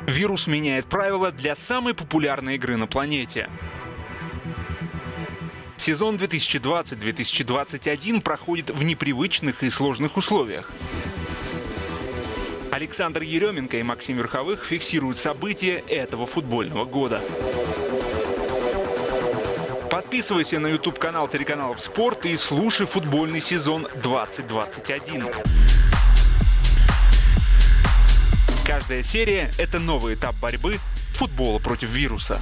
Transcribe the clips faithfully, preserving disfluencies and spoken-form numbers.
Вирус меняет правила для самой популярной игры на планете. Сезон две тысячи двадцать - две тысячи двадцать один проходит в непривычных и сложных условиях. Александр Еременко и Максим Верховых фиксируют события этого футбольного года. Подписывайся на YouTube-канал телеканалов «Спорт» и слушай футбольный сезон двадцать двадцать один. Каждая серия — это новый этап борьбы футбола против вируса.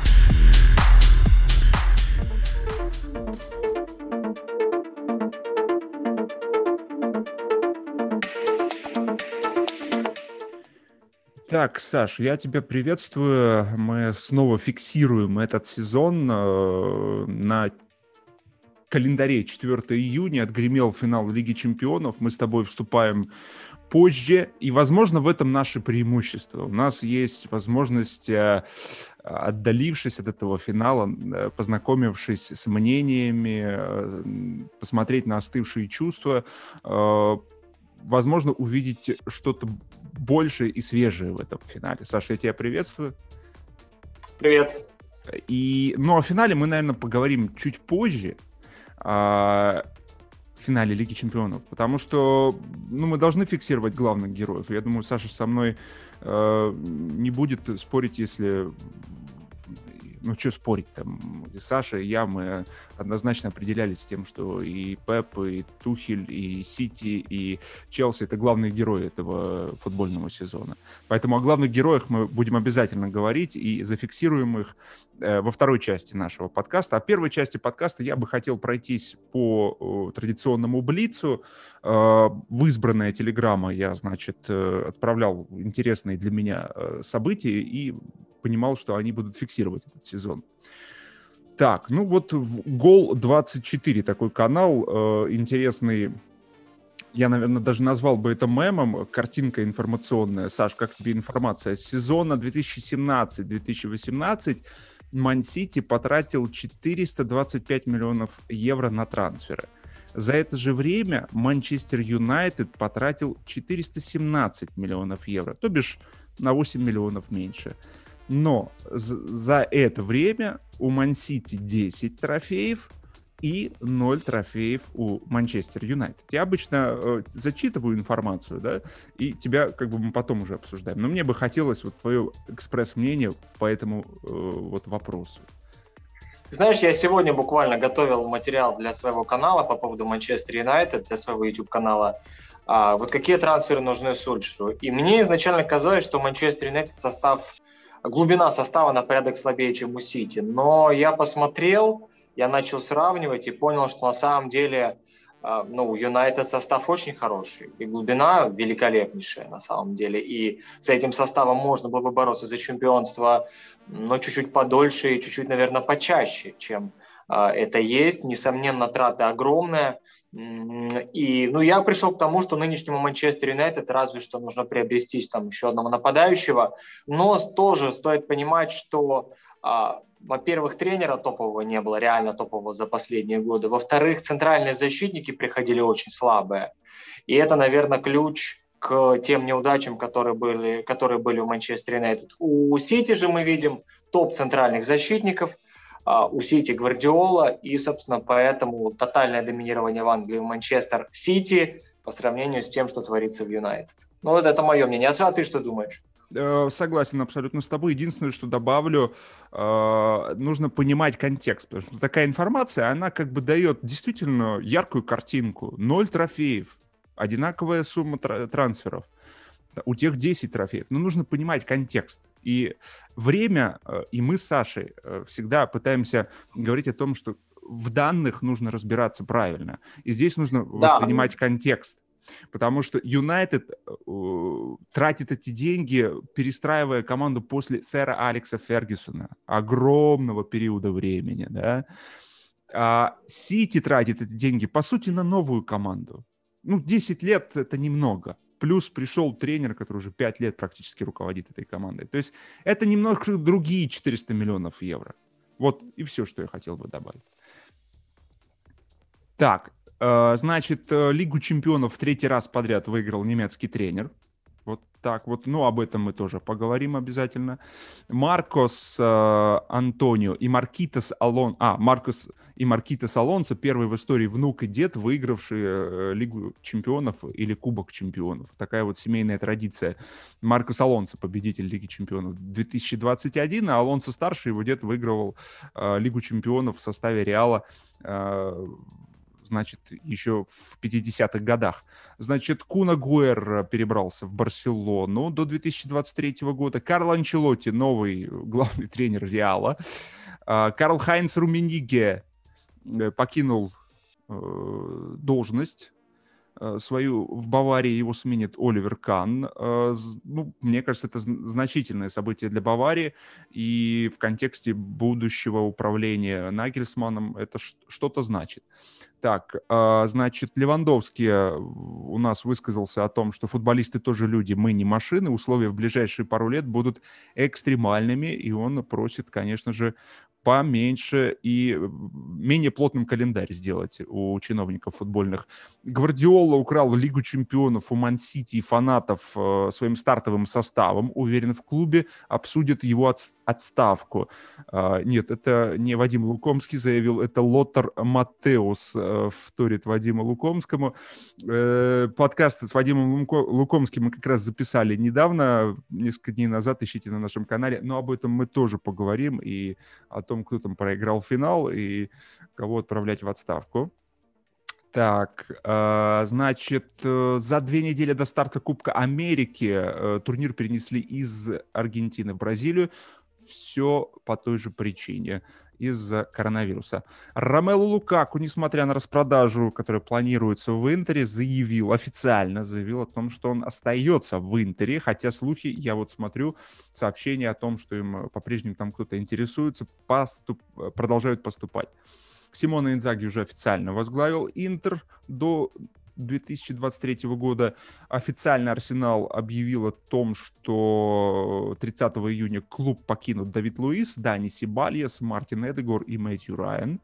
Так, Саш, я тебя приветствую. Мы снова фиксируем этот сезон. Э, на календаре четвёртого июня отгремел финал Лиги Чемпионов. Мы с тобой вступаем позже, и, возможно, в этом наше преимущество. У нас есть возможность, э, отдалившись от этого финала, э, познакомившись с мнениями, э, посмотреть на остывшие чувства, э, возможно, увидеть что-то большее и свежее в этом финале. Саша, я тебя приветствую. Привет. И, ну, о финале мы, наверное, поговорим чуть позже, о финале Лиги Чемпионов, потому что, ну, мы должны фиксировать главных героев. Я думаю, Саша со мной э, не будет спорить, если... Ну, что спорить там? И Саша, и я, мы однозначно определялись с тем, что и Пеп, и Тухель, и Сити, и Челси — это главные герои этого футбольного сезона. Поэтому о главных героях мы будем обязательно говорить и зафиксируем их э, во второй части нашего подкаста. А в первой части подкаста я бы хотел пройтись по э, традиционному блицу. Э, в избранная телеграмма я, значит, э, отправлял интересные для меня э, события и понимал, что они будут фиксировать этот сезон. Так, ну вот Гол двадцать четыре, такой канал э, интересный. Я, наверное, даже назвал бы это мемом. Картинка информационная. Саш, как тебе информация? С сезона две тысячи семнадцать - две тысячи восемнадцать Ман-Сити потратил четыреста двадцать пять миллионов евро на трансферы. За это же время Манчестер Юнайтед потратил четыреста семнадцать миллионов евро, то бишь на восемь миллионов меньше. Но за это время у Ман-Сити десять трофеев и ноль трофеев у Манчестер Юнайтед. Я обычно э, зачитываю информацию, да, и тебя как бы мы потом уже обсуждаем. Но мне бы хотелось вот твое экспресс-мнение по этому э, вот вопросу. Знаешь, я сегодня буквально готовил материал для своего канала по поводу Манчестер Юнайтед, для своего YouTube-канала. А, вот какие трансферы нужны Сульшеру. И мне изначально казалось, что Манчестер Юнайтед состав... глубина состава на порядок слабее, чем у Сити. Но я посмотрел, я начал сравнивать и понял, что на самом деле ну, у Юнайтед состав очень хороший. И глубина великолепнейшая на самом деле. И с этим составом можно было бы бороться за чемпионство, но чуть-чуть подольше и чуть-чуть, наверное, почаще, чем это есть. Несомненно, траты огромные. И ну, я пришел к тому, что нынешнему Манчестер Юнайтед разве что нужно приобрести там еще одного нападающего, но тоже стоит понимать, что, а, во-первых, тренера топового не было, реально топового за последние годы, во-вторых, центральные защитники приходили очень слабые, и это, наверное, ключ к тем неудачам, которые были, которые были у Манчестер Юнайтед. У Сити же мы видим топ центральных защитников, у Сити Гвардиола, и, собственно, поэтому тотальное доминирование в Англии у Манчестер Сити по сравнению с тем, что творится в Юнайтед. Ну, вот это мое мнение. А ты что думаешь? Согласен абсолютно с тобой. Единственное, что добавлю, нужно понимать контекст, потому что такая информация, она как бы дает действительно яркую картинку. Ноль трофеев, одинаковая сумма трансферов. У тех десять трофеев. Но нужно понимать контекст. И время, и мы с Сашей всегда пытаемся говорить о том, что в данных нужно разбираться правильно. И здесь нужно да. воспринимать контекст. Потому что Юнайтед э, тратит эти деньги, перестраивая команду после сэра Алекса Фергюсона. Огромного периода времени. Да? А Сити тратит эти деньги, по сути, на новую команду. Ну, десять лет — это немного. Плюс пришел тренер, который уже пять лет практически руководит этой командой. То есть это немножко другие четыреста миллионов евро. Вот и все, что я хотел бы добавить. Так, э, значит, Лигу чемпионов в третий раз подряд выиграл немецкий тренер. Вот Так вот, ну, об этом мы тоже поговорим обязательно. Маркос э, Антонио и Маркитос Алон... А, Маркос и Маркитос Алонсо, первый в истории внук и дед, выигравшие э, Лигу чемпионов или Кубок чемпионов. Такая вот семейная традиция. Маркос Алонсо, победитель Лиги чемпионов две тысячи двадцать один, а Алонсо старший, его дед, выигрывал э, Лигу чемпионов в составе Реала, э, значит, еще в пятидесятых годах. Значит, Кун Агуэр перебрался в Барселону до две тысячи двадцать третьего года. Карло Анчелотти, новый главный тренер Реала. Карл Хайнц Руммениге покинул должность свою в Баварии, его сменит Оливер Кан. Ну, мне кажется, это значительное событие для Баварии, и в контексте будущего управления Нагельсманном это что-то значит. Так, значит, Левандовский у нас высказался о том, что футболисты тоже люди, мы не машины, условия в ближайшие пару лет будут экстремальными, и он просит, конечно же, поменьше и менее плотным календарь сделать у чиновников футбольных. Гвардиола украл Лигу чемпионов у Ман-Сити и фанатов э, своим стартовым составом. Уверен, в клубе обсудят его от, отставку. Э, нет, это не Вадим Лукомский заявил, это Лотар Маттеус э, вторит Вадиму Лукомскому. Э, подкаст с Вадимом Лукомским мы как раз записали недавно, несколько дней назад, ищите на нашем канале, но об этом мы тоже поговорим и о том, кто там проиграл финал и кого отправлять в отставку. Так, э, значит, э, за две недели до старта Кубка Америки э, турнир перенесли из Аргентины в Бразилию. Все по той же причине, из-за коронавируса. Ромелу Лукаку, несмотря на распродажу, которая планируется в Интере, заявил, официально заявил о том, что он остается в Интере, хотя слухи, я вот смотрю, сообщения о том, что им по-прежнему там кто-то интересуется, поступ... продолжают поступать. Симоне Инзаги уже официально возглавил Интер до две тысячи двадцать третьего года. Официально Арсенал объявил о том, что тридцатого июня клуб покинут Давид Луис, Дани Сибальес, Мартин Эдегор и Мэтью Райан.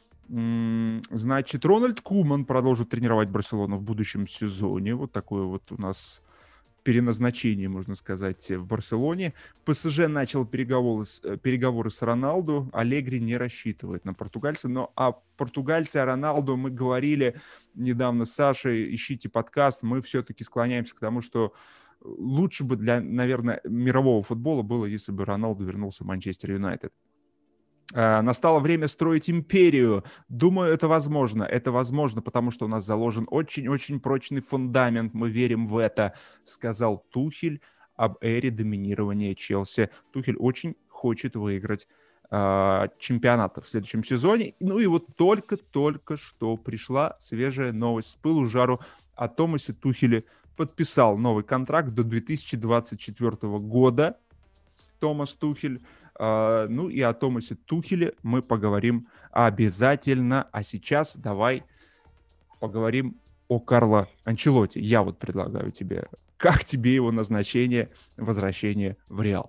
Значит, Рональд Куман продолжит тренировать Барселону в будущем сезоне. Вот такое вот у нас переназначение, можно сказать, в Барселоне. ПСЖ начал переговоры с, переговоры с Роналду. Аллегри не рассчитывает на португальца. Но о португальце, о Роналду мы говорили недавно с Сашей. Ищите подкаст. Мы все-таки склоняемся к тому, что лучше бы для, наверное, мирового футбола было, если бы Роналду вернулся в Манчестер Юнайтед. Настало время строить империю. Думаю, это возможно. Это возможно, потому что у нас заложен очень-очень прочный фундамент. Мы верим в это, сказал Тухель об эре доминирования Челси. Тухель очень хочет выиграть э, чемпионат в следующем сезоне. Ну и вот только-только что пришла свежая новость с пылу жару о Томасе Тухеле. Подписал новый контракт до две тысячи двадцать четвёртого года. Томас Тухель. Uh, ну и о Томасе Тухеле мы поговорим обязательно. А сейчас давай поговорим о Карло Анчелотти. Я вот предлагаю тебе, как тебе его назначение, возвращение в Реал?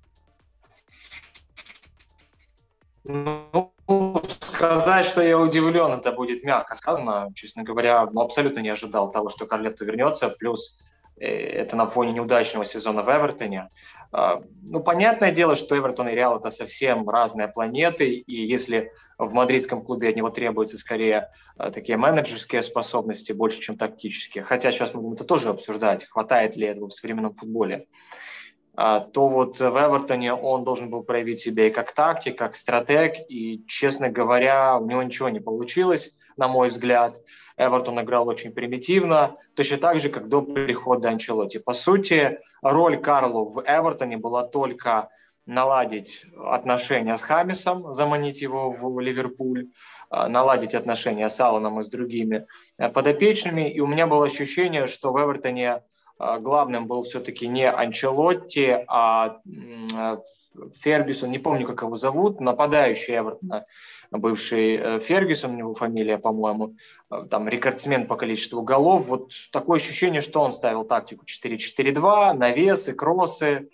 Ну, сказать, что я удивлен, это будет мягко сказано. Честно говоря, ну, абсолютно не ожидал того, что Карлетто вернется. Плюс э, это на фоне неудачного сезона в Эвертоне. Ну, понятное дело, что Эвертон и Реал – это совсем разные планеты, и если в мадридском клубе от него требуются скорее такие менеджерские способности, больше, чем тактические, хотя сейчас мы будем это тоже обсуждать, хватает ли этого в современном футболе, то вот в Эвертоне он должен был проявить себя и как тактик, как стратег, и, честно говоря, у него ничего не получилось, на мой взгляд. Эвертон играл очень примитивно, точно так же, как до прихода Анчелотти. По сути, роль Карло в Эвертоне была только наладить отношения с Хамисом, заманить его в Ливерпуль, наладить отношения с Алланом и с другими подопечными. И у меня было ощущение, что в Эвертоне главным был все-таки не Анчелотти, а Фергюсон, не помню, как его зовут, нападающий Эвертона, бывший Фергюсон, у него фамилия, по-моему, там рекордсмен по количеству голов. Вот такое ощущение, что он ставил тактику четыре четыре два, навесы, кроссы.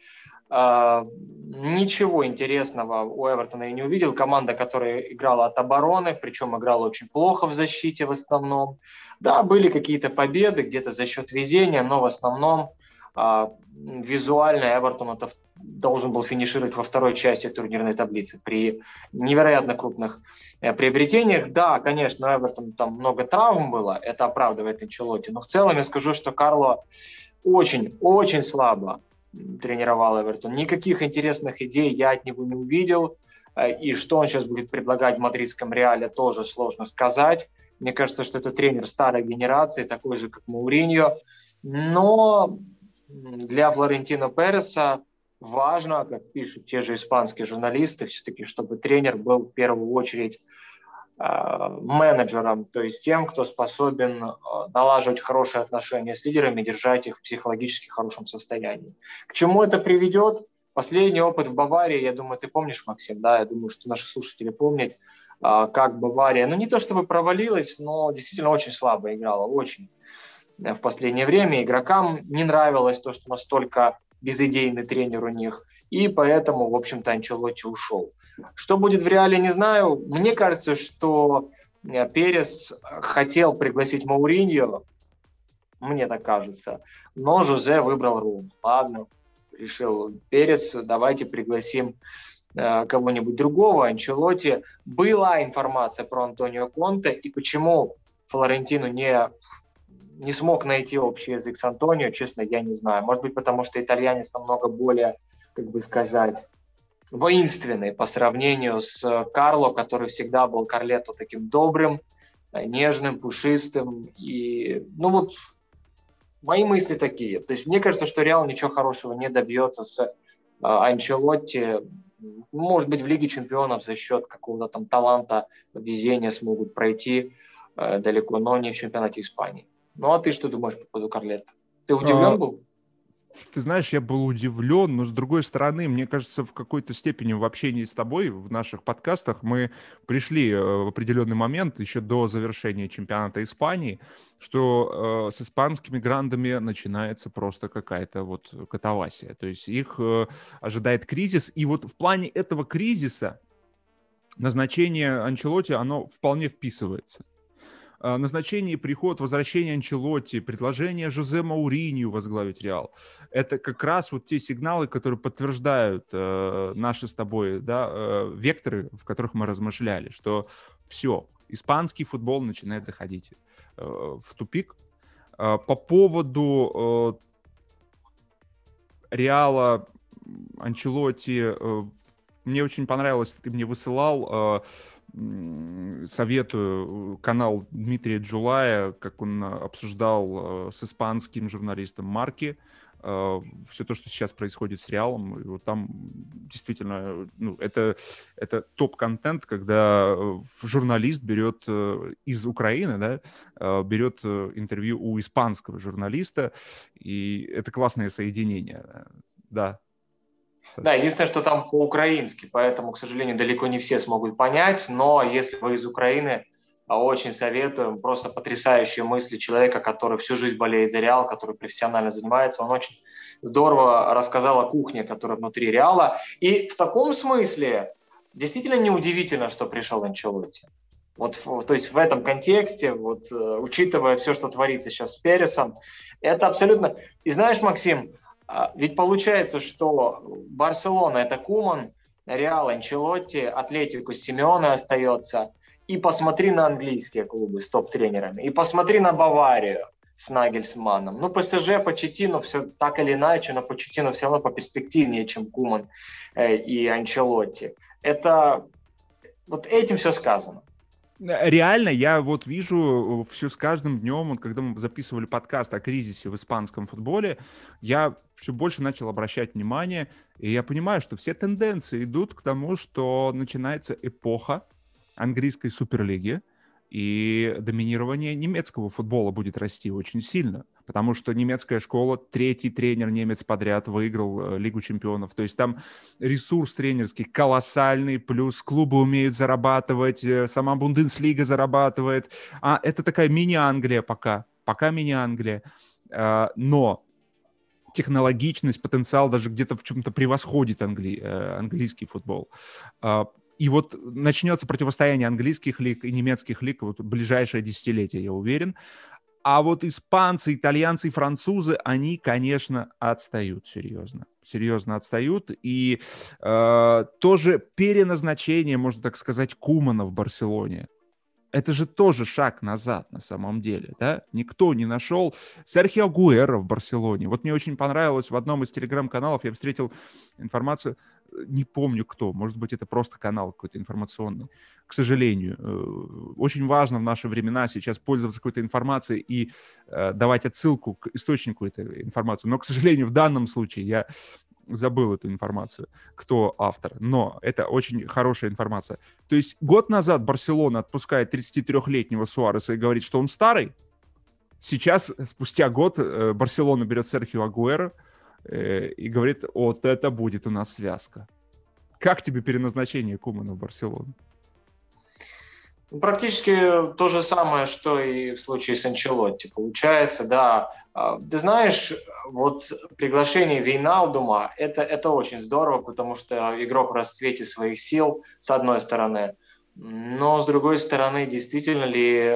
Ничего интересного у Эвертона я не увидел. Команда, которая играла от обороны, причем играла очень плохо в защите в основном. Да, были какие-то победы, где-то за счет везения, но в основном визуально Эвертон это должен был финишировать во второй части турнирной таблицы при невероятно крупных приобретениях. Да, конечно, Эвертон там много травм было, это оправдывает Анчелотти, но в целом я скажу, что Карло очень-очень слабо тренировал Эвертон. Никаких интересных идей я от него не увидел. И что он сейчас будет предлагать в мадридском Реале, тоже сложно сказать. Мне кажется, что это тренер старой генерации, такой же, как Мауриньо. Но для Флорентино Переса важно, как пишут те же испанские журналисты, все-таки, чтобы тренер был в первую очередь менеджером, то есть тем, кто способен налаживать хорошие отношения с лидерами, держать их в психологически хорошем состоянии. К чему это приведет? Последний опыт в Баварии, я думаю, ты помнишь, Максим, да, я думаю, что наши слушатели помнят, как Бавария, ну не то чтобы провалилась, но действительно очень слабо играла, очень. В последнее время игрокам не нравилось то, что настолько безидейный тренер у них, и поэтому, в общем-то, Анчелотти ушел. Что будет в Реале, не знаю. Мне кажется, что Перес хотел пригласить Мауриньо, мне так кажется, но Жозе выбрал Рому. Ладно, решил Перес, давайте пригласим э, кого-нибудь другого, Анчелотти. Была информация про Антонио Конте, и почему Флорентино не, не смог найти общий язык с Антонио, честно, я не знаю. Может быть, потому что итальянец намного более, как бы сказать, воинственный по сравнению с Карло, который всегда был Карлетто таким добрым, нежным, пушистым. И, ну вот, мои мысли такие. То есть мне кажется, что Реал ничего хорошего не добьется с э, Анчелотти. Может быть, в Лиге чемпионов за счет какого-то там таланта, везения смогут пройти э, далеко, но не в чемпионате Испании. Ну а ты что думаешь по поводу Карлетто? Ты удивлен был? Ты знаешь, я был удивлен, но с другой стороны, мне кажется, в какой-то степени в общении с тобой, в наших подкастах, мы пришли в определенный момент, еще до завершения чемпионата Испании, что э, с испанскими грандами начинается просто какая-то вот катавасия. То есть их э, ожидает кризис, и вот в плане этого кризиса назначение Анчелотти, оно вполне вписывается. Назначение, приход, возвращение Анчелотти, предложение Жозе Мауриньо возглавить Реал. Это как раз вот те сигналы, которые подтверждают э, наши с тобой, да, э, векторы, в которых мы размышляли, что все, испанский футбол начинает заходить э, в тупик. Э, по поводу э, Реала, Анчелотти, э, мне очень понравилось, ты мне высылал... Э, советую канал Дмитрия Джулая, как он обсуждал с испанским журналистом Марки все то, что сейчас происходит с Реалом. И вот там действительно, ну, это, это топ-контент, когда журналист берет из Украины, да, берет интервью у испанского журналиста, и это классное соединение. Да. Да, единственное, что там по-украински, поэтому, к сожалению, далеко не все смогут понять, но если вы из Украины, очень советуем, просто потрясающие мысли человека, который всю жизнь болеет за Реал, который профессионально занимается, он очень здорово рассказал о кухне, которая внутри Реала, и в таком смысле действительно неудивительно, что пришел Анчелотти. Вот, то есть в этом контексте, вот, учитывая все, что творится сейчас с Пересом, это абсолютно... И знаешь, Максим, ведь получается, что Барселона – это Куман, Реал – Анчелотти, Атлетико – Симеоне остается. И посмотри на английские клубы с топ-тренерами. И посмотри на Баварию с Нагельсманном. Ну, ПСЖ, Почеттино, все так или иначе, но Почеттино все равно поперспективнее, чем Куман и Анчелотти. Это... Вот этим все сказано. Реально, я вот вижу все с каждым днем, вот когда мы записывали подкаст о кризисе в испанском футболе, я все больше начал обращать внимание, и я понимаю, что все тенденции идут к тому, что начинается эпоха английской суперлиги, и доминирование немецкого футбола будет расти очень сильно, потому что немецкая школа, третий тренер немец подряд выиграл Лигу чемпионов, то есть там ресурс тренерский колоссальный, плюс клубы умеют зарабатывать, сама Бундеслига зарабатывает, а это такая мини-Англия пока, пока мини-Англия, но технологичность, потенциал даже где-то в чем-то превосходит англи... английский футбол. И вот начнется противостояние английских лиг и немецких лиг вот в ближайшее десятилетие, я уверен. А вот испанцы, итальянцы и французы, они, конечно, отстают серьезно. Серьезно отстают. И э, тоже переназначение, можно так сказать, Кумана в Барселоне. Это же тоже шаг назад на самом деле, да? Никто не нашел Серхио Агуэро в Барселоне. Вот мне очень понравилось, в одном из телеграм-каналов я встретил информацию, не помню кто, может быть, это просто канал какой-то информационный, к сожалению. Очень важно в наши времена сейчас пользоваться какой-то информацией и э, давать отсылку к источнику этой информации. Но, к сожалению, в данном случае я забыл эту информацию, кто автор, но это очень хорошая информация. То есть год назад Барселона отпускает тридцатитрёхлетнего Суареса и говорит, что он старый. Сейчас, спустя год, Барселона берет Серхио Агуэро и говорит, вот это будет у нас связка. Как тебе переназначение Кумана в Барселону? Практически то же самое, что и в случае с Анчелотти. Получается, да. Ты знаешь, вот приглашение Вейналдума это, это очень здорово, потому что игрок в расцвете своих сил, с одной стороны. Но, с другой стороны, действительно ли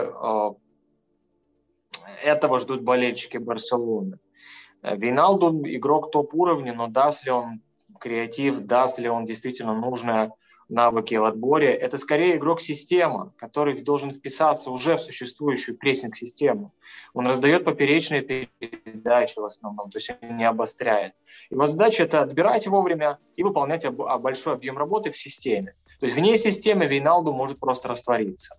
этого ждут болельщики Барселоны? Вейналдум игрок топ-уровня, но даст ли он креатив, даст ли он действительно нужное навыки в отборе, это скорее игрок-система, который должен вписаться уже в существующую прессинг-систему. Он раздает поперечные передачи в основном, то есть он не обостряет. Его задача – это отбирать вовремя и выполнять большой объем работы в системе. То есть вне системы Вейналду может просто раствориться.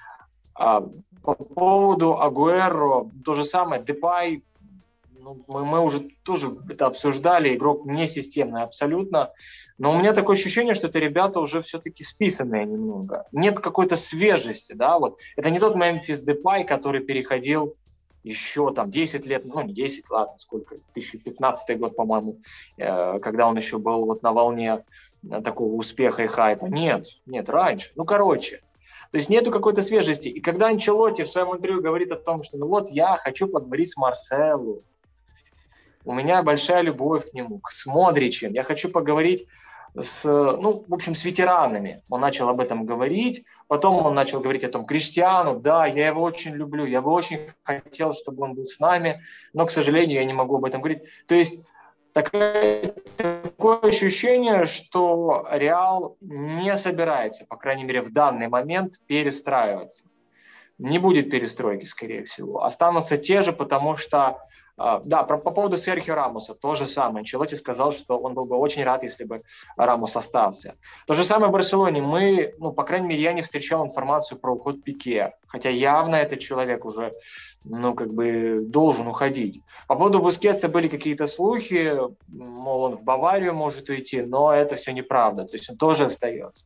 А по поводу Агуэро то же самое. Депай, ну, мы, мы уже тоже это обсуждали, игрок не системный абсолютно. Но у меня такое ощущение, что это ребята уже все-таки списанные немного. Нет какой-то свежести, да, вот. Это не тот Мемфис Депай, который переходил еще там десять лет, ну не десять, ладно, сколько, две тысячи пятнадцатый год, по-моему, э, когда он еще был вот на волне такого успеха и хайпа. Нет, нет, раньше. Ну, короче. То есть нету какой-то свежести. И когда Анчелотти в своем интервью говорит о том, что ну вот я хочу поговорить с Марселу, у меня большая любовь к нему, к Модричу, я хочу поговорить с, ну, в общем, с ветеранами. Он начал об этом говорить, потом он начал говорить о том, Криштиану, да, я его очень люблю, я бы очень хотел, чтобы он был с нами, но, к сожалению, я не могу об этом говорить. То есть такое, такое ощущение, что Реал не собирается, по крайней мере, в данный момент перестраиваться. Не будет перестройки, скорее всего. Останутся те же, потому что да, про, по поводу Серхио Рамоса то же самое. Анчелотти сказал, что он был бы очень рад, если бы Рамос остался. То же самое в Барселоне. Мы, ну, по крайней мере, я не встречал информацию про уход Пике. Хотя явно этот человек уже, ну, как бы должен уходить. По поводу Бускетса были какие-то слухи, мол, он в Баварию может уйти, но это все неправда. То есть он тоже остается.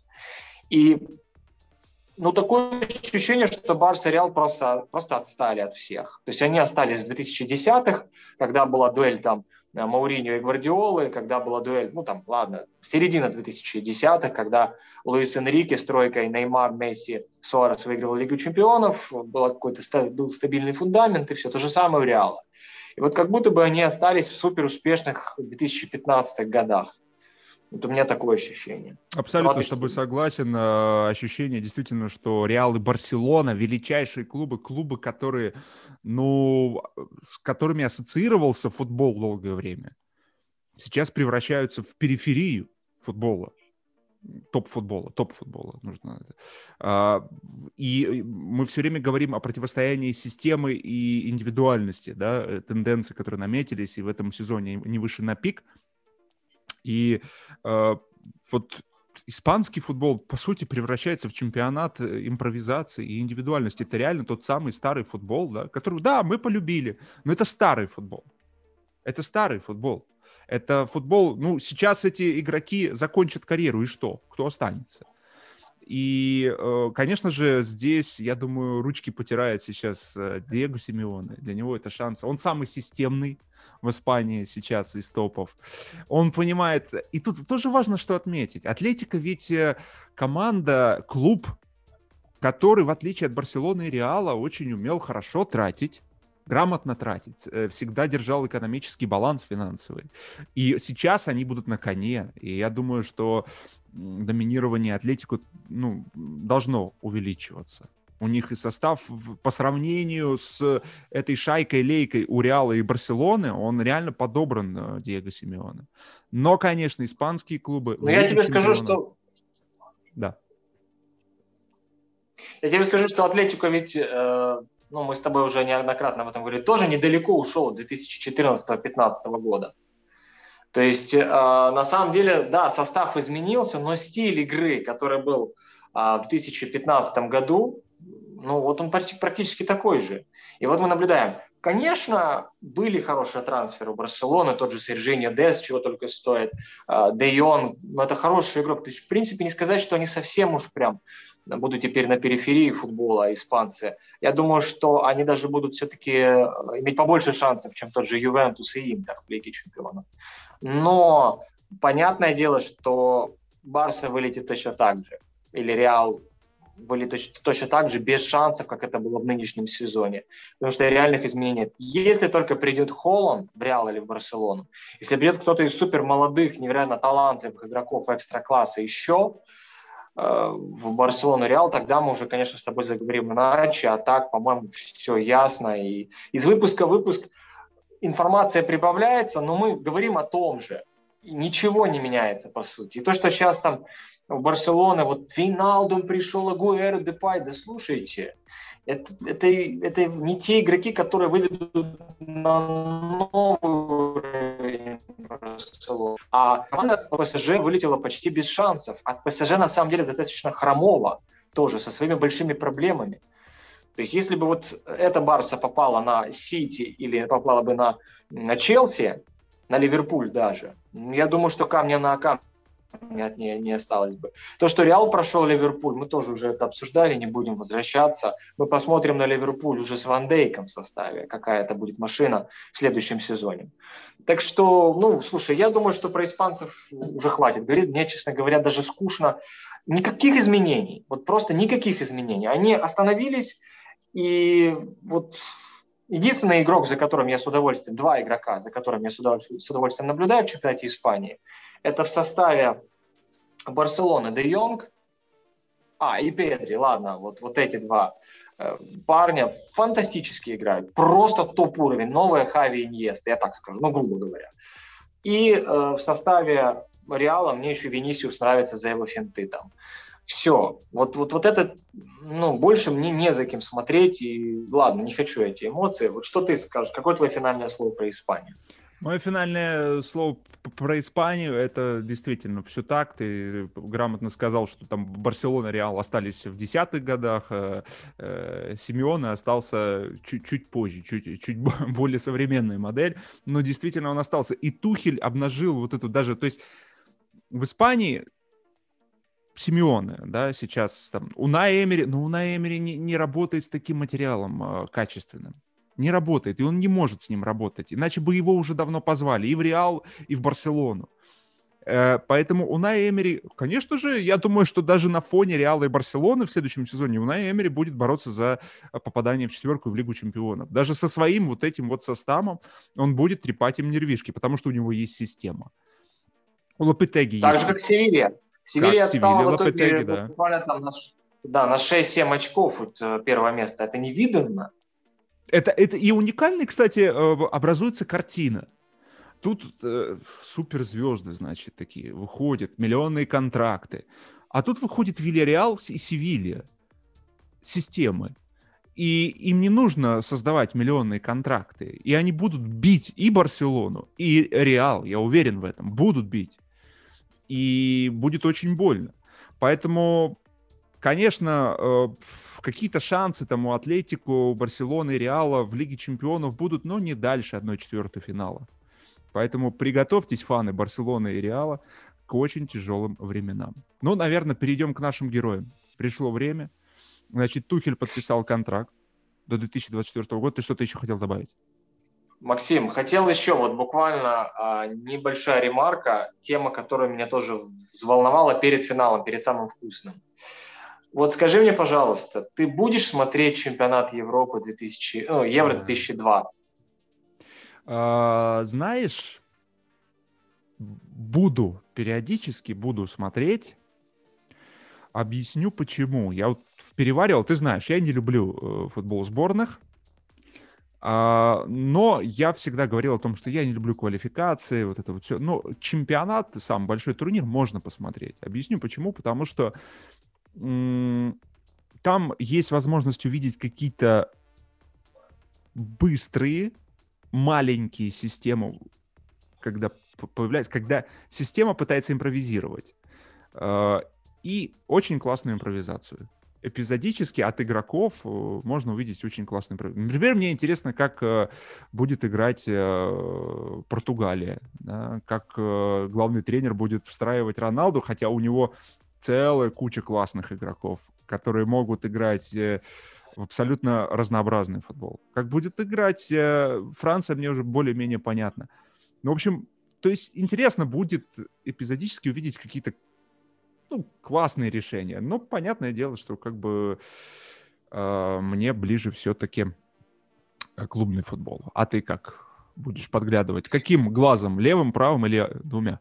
И ну, такое ощущение, что Барса и Реал просто, просто отстали от всех. То есть они остались в две тысячи десятых, когда была дуэль там Мауриньо и Гвардиолы, когда была дуэль, ну там, ладно, середина две тысячи десятых, когда Луис Энрике с тройкой Неймар, Месси, Суарес выигрывал Лигу чемпионов, был какой-то был стабильный фундамент, и все то же самое у Реала. И вот как будто бы они остались в суперуспешных две тысячи пятнадцатых годах. Вот у меня такое ощущение. Абсолютно с тобой согласен. Ощущение действительно, что Реал и Барселона величайшие клубы, клубы, которые, ну, с которыми ассоциировался футбол долгое время, сейчас превращаются в периферию футбола. Топ-футбола, топ-футбола нужно. И мы все время говорим о противостоянии системы и индивидуальности, да, тенденции, которые наметились, и в этом сезоне не вышли на пик. И э, вот испанский футбол, по сути, превращается в чемпионат импровизации и индивидуальности. Это реально тот самый старый футбол, да, который, да, мы полюбили, но это старый футбол. Это старый футбол. Это футбол, ну, сейчас эти игроки закончат карьеру, и что? Кто останется? И, э, конечно же, здесь, я думаю, ручки потирает сейчас Диего Симеоне. Для него это шанс. Он самый системный в Испании сейчас из топов. Он понимает... И тут тоже важно, что отметить. Атлетико ведь команда, клуб, который, в отличие от Барселоны и Реала, очень умел хорошо тратить, грамотно тратить, всегда держал экономический баланс финансовый. И сейчас они будут на коне. И я думаю, что доминирование Атлетико, ну, должно увеличиваться. У них и состав по сравнению с этой шайкой-лейкой у Реала и Барселоны, он реально подобран Диего Симеоне. Но, конечно, испанские клубы... Но я тебе скажу, что... Да. Я тебе скажу, что Атлетико ведь, э, ну, мы с тобой уже неоднократно об этом говорили, тоже недалеко ушел от две тысячи четырнадцатого-пятнадцатого года. То есть, э, на самом деле, да, состав изменился, но стиль игры, который был э, в две тысячи пятнадцатом году, ну, вот он почти, практически такой же. И вот мы наблюдаем. Конечно, были хорошие трансферы у Барселоны, тот же Серджиньо Дес, чего только стоит, э, Де Йонг, но это хороший игрок. То есть, в принципе, не сказать, что они совсем уж прям будут теперь на периферии футбола, испанцы. Я думаю, что они даже будут все-таки иметь побольше шансов, чем тот же Ювентус и Интер в Лиге Чемпионов. Но понятное дело, что Барса вылетит точно так же. Или Реал вылетит точно так же, без шансов, как это было в нынешнем сезоне. Потому что реальных изменений нет. Если только придет Холланд в Реал или в Барселону, если придет кто-то из супер молодых, невероятно талантливых игроков экстра-класса еще в Барселону, Реал, тогда мы уже, конечно, с тобой заговорим иначе, а так, по-моему, все ясно. И из выпуска в выпуск информация прибавляется, но мы говорим о том же. Ничего не меняется, по сути. И то, что сейчас там в Барселоне, вот Вейналдум пришел, Агуэро, Депай, да слушайте, это, это, это не те игроки, которые выведут на новый уровень Барселоны. А команда ПСЖ вылетела почти без шансов. А ПСЖ на самом деле достаточно хромого тоже, со своими большими проблемами. То есть если бы вот эта Барса попала на Сити или попала бы на, на Челси, на Ливерпуль даже, я думаю, что камня на камне от нее не осталось бы. То, что Реал прошел Ливерпуль, мы тоже уже это обсуждали, не будем возвращаться. Мы посмотрим на Ливерпуль уже с Ван Дейком в составе, какая это будет машина в следующем сезоне. Так что, ну, слушай, я думаю, что про испанцев уже хватит говорить. Мне, честно говоря, даже скучно. Никаких изменений, вот просто никаких изменений. Они остановились, и вот единственный игрок, за которым я с удовольствием, два игрока, за которым я с удовольствием, с удовольствием наблюдаю в чемпионате Испании, это в составе Барселоны Де Йонг, а, и Педри, ладно, вот, вот эти два э, парня фантастически играют, просто топ-уровень, новая Хави Иньеста, я так скажу, ну, грубо говоря. И э, в составе Реала мне еще Винисиус нравится за его финты там. Все, вот, вот, вот это, ну, больше мне не за кем смотреть, и ладно, не хочу эти эмоции. Вот что ты скажешь, какое твое финальное слово про Испанию? Мое финальное слово про Испанию, это действительно все так. Ты грамотно сказал, что там Барселона, Реал остались в десятых годах, э, э, Симеоне остался чуть-чуть позже, чуть, чуть более современная модель, но действительно он остался. И Тухель обнажил вот эту даже, то есть в Испании Симеоне, да, сейчас там Унай Эмери, но Унай Эмери не, не работает с таким материалом э, качественным. Не работает, и он не может с ним работать. Иначе бы его уже давно позвали и в Реал, и в Барселону. Э, поэтому Унай Эмери, конечно же, я думаю, что даже на фоне Реала и Барселоны в следующем сезоне Унай Эмери будет бороться за попадание в четверку в Лигу Чемпионов. Даже со своим вот этим вот составом он будет трепать им нервишки, потому что у него есть система. У Лопетеги есть. Так же, как Севилья. Севилья отстала в итоге Лопетеги, да. буквально там на, да, на шесть-семь очков от первого места. Это невиданно. Это, это и уникальная, кстати, образуется картина. Тут э, суперзвезды, значит, такие выходят, миллионные контракты. А тут выходит Вильярреал и Севилья. Системы. И им не нужно создавать миллионные контракты. И они будут бить и Барселону, и Реал, я уверен в этом, будут бить. И будет очень больно. Поэтому, конечно, какие-то шансы там у Атлетико, у Барселоны и Реала в Лиге Чемпионов будут, но не дальше одной четвертой финала. Поэтому приготовьтесь, фаны Барселоны и Реала, к очень тяжелым временам. Ну, наверное, перейдем к нашим героям. Пришло время. Значит, Тухель подписал контракт до две тысячи двадцать четвёртого года. Ты что-то еще хотел добавить? Максим, хотел еще вот буквально а, небольшая ремарка, тема, которая меня тоже взволновала перед финалом, перед самым вкусным. Вот скажи мне, пожалуйста, ты будешь смотреть чемпионат Европы две тысячи, ну, Евро две тысячи два? А, знаешь, буду, периодически буду смотреть. Объясню почему. Я вот переваривал, ты знаешь, я не люблю э, футбол сборных, а, но я всегда говорил о том, что я не люблю квалификации, вот это вот все. Но чемпионат, сам большой турнир, можно посмотреть. Объясню почему. Потому что м- там есть возможность увидеть какие-то быстрые, маленькие системы, когда появляется, когда система пытается импровизировать. Э, и очень классную импровизацию. Эпизодически от игроков э, можно увидеть очень классную импровизацию. Например, мне интересно, как э, будет играть э, Португалия, да? Как э, главный тренер будет встраивать Роналду, хотя у него целая куча классных игроков, которые могут играть э, в абсолютно разнообразный футбол. Как будет играть э, Франция, мне уже более-менее понятно. Ну, в общем, то есть интересно будет эпизодически увидеть какие-то, ну, классные решения. Но понятное дело, что как бы э, мне ближе все-таки клубный футбол. А ты как будешь подглядывать? Каким глазом? Левым, правым или двумя?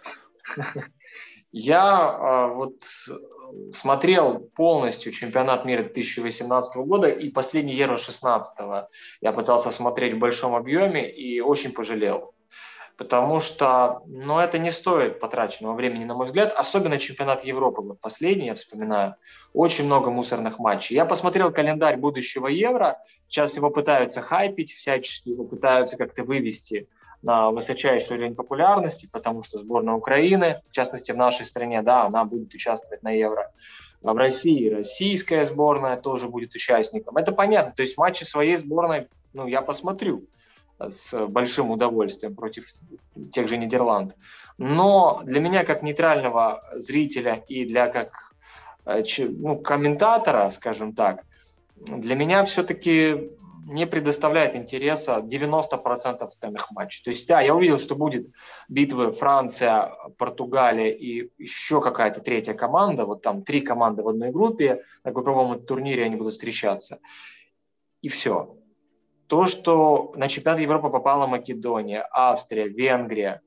Я э, вот смотрел полностью чемпионат мира две тысячи восемнадцатого года и последний Евро шестнадцатого. Я пытался смотреть в большом объеме и очень пожалел. Потому что, ну, это не стоит потраченного времени, на мой взгляд. Особенно чемпионат Европы, вот последний, я вспоминаю. Очень много мусорных матчей. Я посмотрел календарь будущего Евро. Сейчас его пытаются хайпить, всячески его пытаются как-то вывести на высочайший уровень популярности, потому что сборная Украины, в частности в нашей стране, да, она будет участвовать на Евро. А в России российская сборная тоже будет участником. Это понятно. То есть матчи своей сборной, ну, я посмотрю с большим удовольствием против тех же Нидерландов. Но для меня, как нейтрального зрителя и для как ну, комментатора, скажем так, для меня все-таки не предоставляет интереса девяносто процентов остальных матчей. То есть, да, я увидел, что будет битвы Франция, Португалия и еще какая-то третья команда. Вот там три команды в одной группе. На групповом турнире они будут встречаться. И все. То, что на чемпионат Европы попала Македония, Австрия, Венгрия.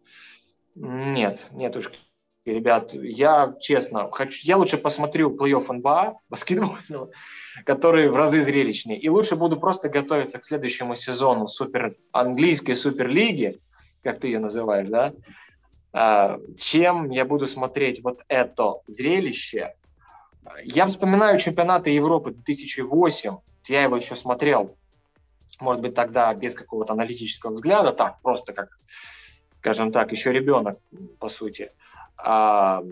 Нет, нет уж, ребят, я честно хочу, я лучше посмотрю плей-офф эн бэ а баскетбольного, который в разы зрелищнее, и лучше буду просто готовиться к следующему сезону супер английской суперлиги, как ты ее называешь, да, чем я буду смотреть вот это зрелище. Я вспоминаю чемпионаты Европы две тысячи восьмого, я его еще смотрел. Может быть, тогда без какого-то аналитического взгляда, так, просто как, скажем так, еще ребенок, по сути. А,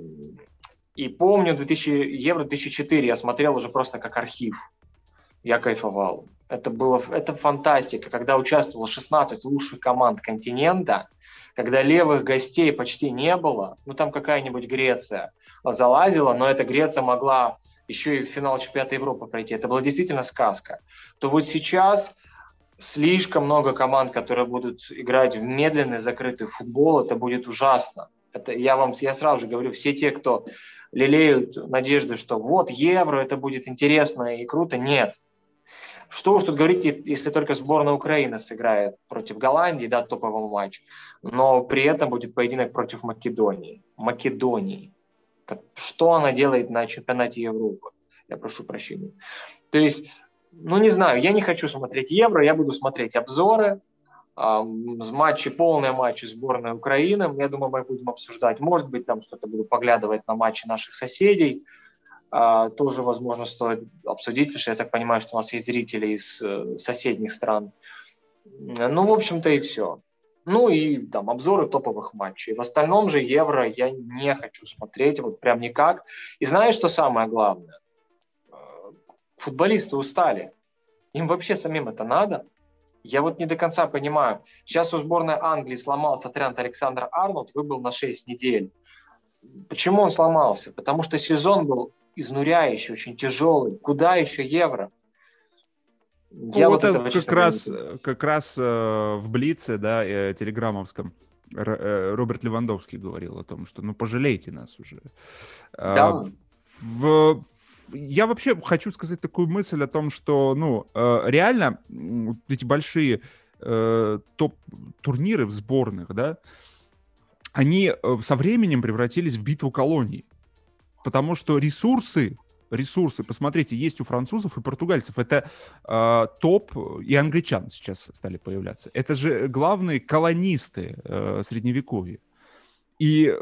и помню, две тысячи, Евро две тысячи четыре я смотрел уже просто как архив. Я кайфовал. Это было, это фантастика, когда участвовало шестнадцать лучших команд континента, когда левых гостей почти не было. Ну, там какая-нибудь Греция залазила, но эта Греция могла еще и в финал чемпионата Европы пройти. Это была действительно сказка. То вот сейчас слишком много команд, которые будут играть в медленный, закрытый футбол, это будет ужасно. Это я вам, я сразу же говорю, все те, кто лелеют надежды, что вот Евро, это будет интересно и круто, нет. Что уж тут говорить, если только сборная Украины сыграет против Голландии, да, топовый матч, но при этом будет поединок против Македонии. Македонии. Что она делает на чемпионате Европы? Я прошу прощения. То есть, ну, не знаю, я не хочу смотреть Евро, я буду смотреть обзоры, э, матчи, полные матчи сборной Украины. Я думаю, мы будем обсуждать. Может быть, там что-то буду поглядывать на матчи наших соседей. Э, тоже, возможно, стоит обсудить, потому что я так понимаю, что у нас есть зрители из э, соседних стран. Ну, в общем-то, и все. Ну, и там обзоры топовых матчей. В остальном же Евро я не хочу смотреть, вот прям никак. И знаешь, что самое главное? Футболисты устали. Им вообще самим это надо? Я вот не до конца понимаю. Сейчас у сборной Англии сломался Трент Александр-Арнольд, выбыл на шесть недель. Почему он сломался? Потому что сезон был изнуряющий, очень тяжелый. Куда еще Евро? Я ну, вот, вот это как раз, как раз э, в Блице, да, э, телеграммовском, Р, э, Роберт Левандовский говорил о том, что ну пожалейте нас уже. Да. Э, в, я вообще хочу сказать такую мысль о том, что ну э, реально эти большие э, топ-турниры в сборных, да, они э, со временем превратились в битву колоний. потому что ресурсы, ресурсы, посмотрите, есть у французов и португальцев. Это э, топ, и англичан сейчас стали появляться. Это же главные колонисты э, Средневековья. И,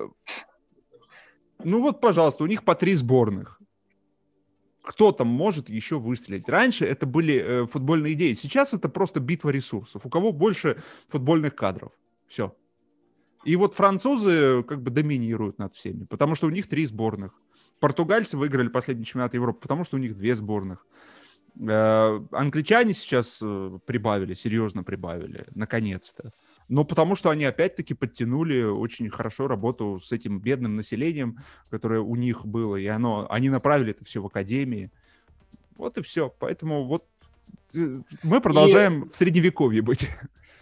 ну вот, пожалуйста, у них по три сборных. Кто там может еще выстрелить? Раньше это были э, футбольные идеи. Сейчас это просто битва ресурсов. У кого больше футбольных кадров. Все. И вот французы как бы доминируют над всеми, потому что у них три сборных. Португальцы выиграли последний чемпионат Европы, потому что у них две сборных. Э, англичане сейчас э, прибавили, серьезно прибавили, наконец-то. Но потому что они опять-таки подтянули очень хорошо работу с этим бедным населением, которое у них было, и оно, они направили это все в академии. Вот и все. Поэтому вот мы продолжаем и... в Средневековье быть.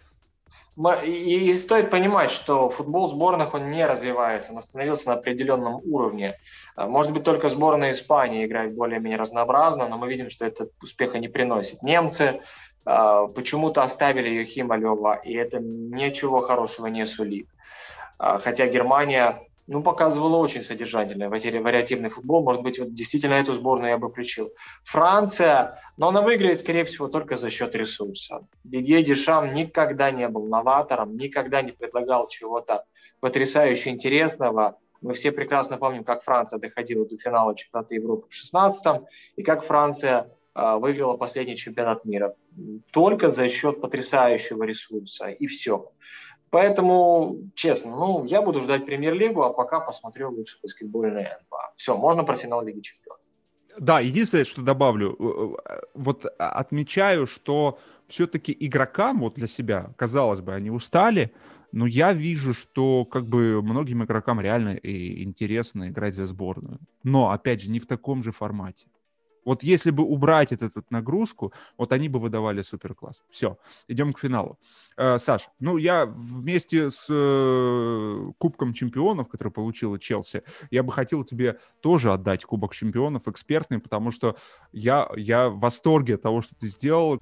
И, и стоит понимать, что футбол сборных, он не развивается, он остановился на определенном уровне. Может быть, только сборная Испании играет более-менее разнообразно, но мы видим, что это успеха не приносит. Немцы uh, почему-то оставили Йохима Лёва, и это ничего хорошего не сулит. Uh, хотя Германия, ну, показывала очень содержательный, вариативный футбол. Может быть, вот действительно эту сборную я бы включил. Франция, но она выиграет, скорее всего, только за счет ресурса. Дидье Дешам никогда не был новатором, никогда не предлагал чего-то потрясающе интересного. Мы все прекрасно помним, как Франция доходила до финала чемпионата Европы в шестнадцатом и как Франция э, выиграла последний чемпионат мира. Только за счет потрясающего ресурса. И все. Поэтому, честно, ну, я буду ждать Премьер-лигу, а пока посмотрю лучше баскетбольный эн бэ а. Все, можно про финал Лиги Чемпионов. Да, единственное, что добавлю, вот отмечаю, что все-таки игрокам вот для себя, казалось бы, они устали, но я вижу, что как бы многим игрокам реально и интересно играть за сборную. Но, опять же, не в таком же формате. Вот если бы убрать эту, эту нагрузку, вот они бы выдавали суперкласс. Все, идем к финалу. Э, Саш, ну я вместе с э, Кубком чемпионов, который получила Челси, я бы хотел тебе тоже отдать Кубок чемпионов экспертный, потому что я, я в восторге от того, что ты сделал.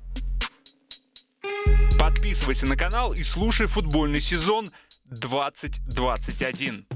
Подписывайся на канал и слушай футбольный сезон двадцать двадцать один.